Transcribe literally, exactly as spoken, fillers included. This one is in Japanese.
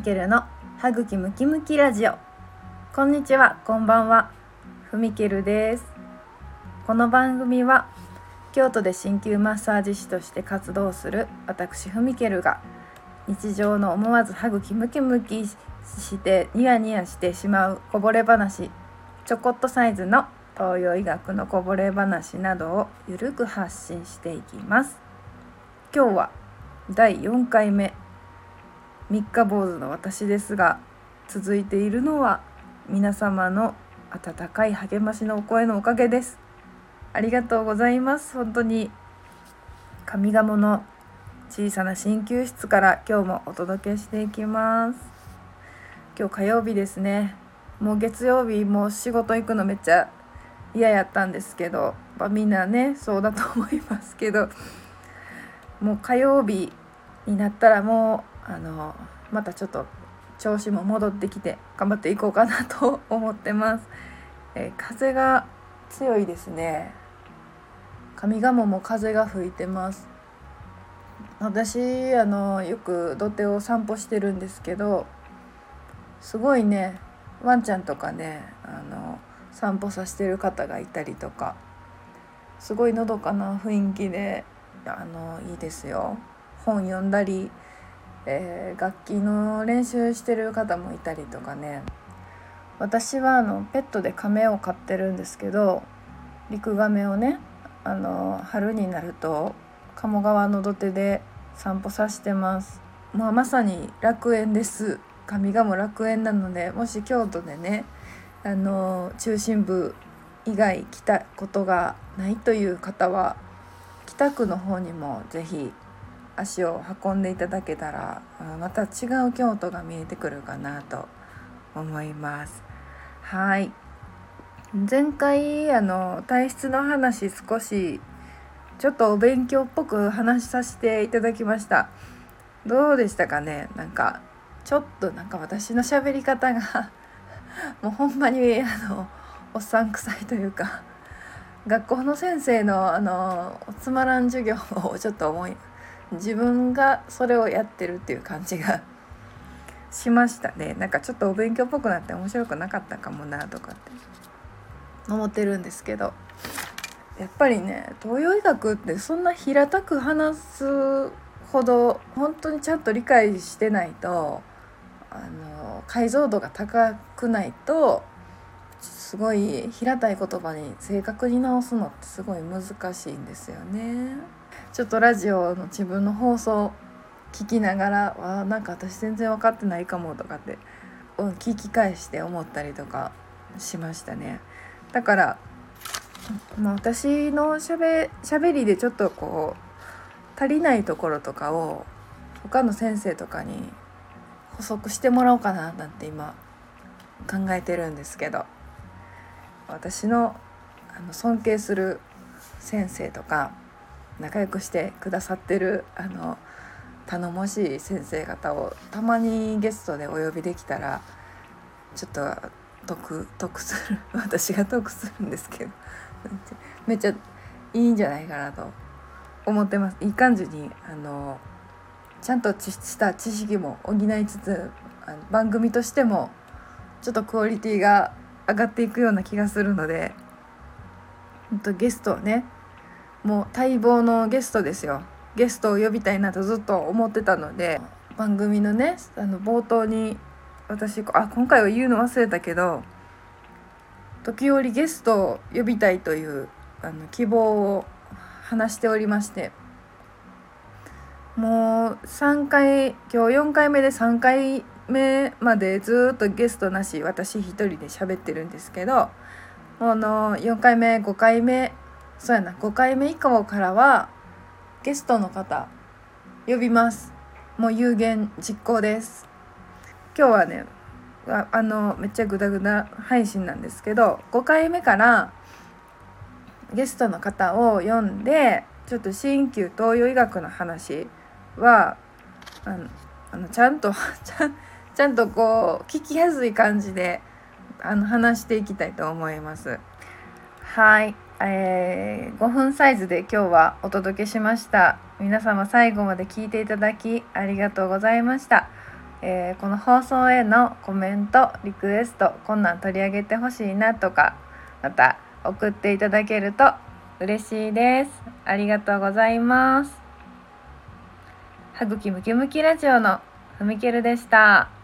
ケルの歯茎ムキムキラジオ。こんにちは、こんばんは、ふみけるです。この番組は京都で鍼灸マッサージ師として活動する私ふみけるが、日常の思わず歯茎ムキムキしてニヤニヤしてしまうこぼれ話、ちょこっとサイズの東洋医学のこぼれ話などをゆるく発信していきます。今日はだいよんかいめ、三日坊主の私ですが、続いているのは皆様の温かい励ましのお声のおかげです。ありがとうございます。本当に上賀茂の小さな鍼灸室から今日もお届けしていきます。今日火曜日ですね。もう月曜日もう仕事行くのめっちゃ嫌やったんですけど、まあ、みんなねそうだと思いますけど、もう火曜日になったらもうあのまたちょっと調子も戻ってきて頑張っていこうかなと思ってます。えー、風が強いですね。上賀茂も風が吹いてます。私あのよく土手を散歩してるんですけど、すごいねワンちゃんとかねあの散歩させてる方がいたりとか、すごいのどかな雰囲気であのいいですよ。本読んだり、えー、楽器の練習してる方もいたりとかね。私はあのペットでカメを飼ってるんですけど、リクガメをねあの春になると鴨川の土手で散歩させてます。まあ、まさに楽園です。上賀茂楽園なので、もし京都でねあの中心部以外来たことがないという方は、北区の方にもぜひ足を運んでいただけたら、また違う京都が見えてくるかなと思います。はい、前回あの体質の話少しちょっとお勉強っぽく話させていただきました。どうでしたかね。なんかちょっとなんか私の喋り方がもうほんまにあのおっさん臭いというか、学校の先生のあのつまらん授業をちょっと思い自分がそれをやってるっていう感じがしましたね。なんかちょっとお勉強っぽくなって面白くなかったかもなとかって思ってるんですけど、やっぱりね東洋医学ってそんな平たく話すほど本当にちゃんと理解してないと、あの解像度が高くないとすごい平たい言葉に正確に直すのってすごい難しいんですよね。ちょっとラジオの自分の放送聞きながら、わなんか私全然分かってないかもとかって聞き返して思ったりとかしましたね。だから、まあ、私のしゃべ、しゃべりでちょっとこう足りないところとかを他の先生とかに補足してもらおうかななんて今考えてるんですけど、私の、あの尊敬する先生とか仲良くしてくださってるあの頼もしい先生方をたまにゲストでお呼びできたらちょっと得得する私が得するんですけどめっちゃいいんじゃないかなと思ってます。いい感じにあのちゃんとした知識も補いつつ、あの番組としてもちょっとクオリティが上がっていくような気がするので、ほんとゲストをねもう待望のゲストですよ。ゲストを呼びたいなとずっと思ってたので、番組のねあの冒頭に私あ今回は言うの忘れたけど、時折ゲストを呼びたいというあの希望を話しておりまして、もうさんかい今日よんかいめでさんかいめまでずっとゲストなし私一人で喋ってるんですけど、あのよんかいめごかいめそうやなごかいめ以降からはゲストの方呼びます。もう有言実行です。今日はねああのめっちゃグダグダ配信なんですけど、ごかいめからゲストの方を呼んでちょっと鍼灸東洋医学の話はあのあのちゃんとちゃんちゃんとこう聞きやすい感じであの話していきたいと思います。はい、えー、ごふんサイズで今日はお届けしました。皆様最後まで聞いていただきありがとうございました。 えーこの放送へのコメント、リクエスト、こんなん取り上げてほしいなとか、また送っていただけると嬉しいです。ありがとうございます。はぐきムキムキラジオのふみけるでした。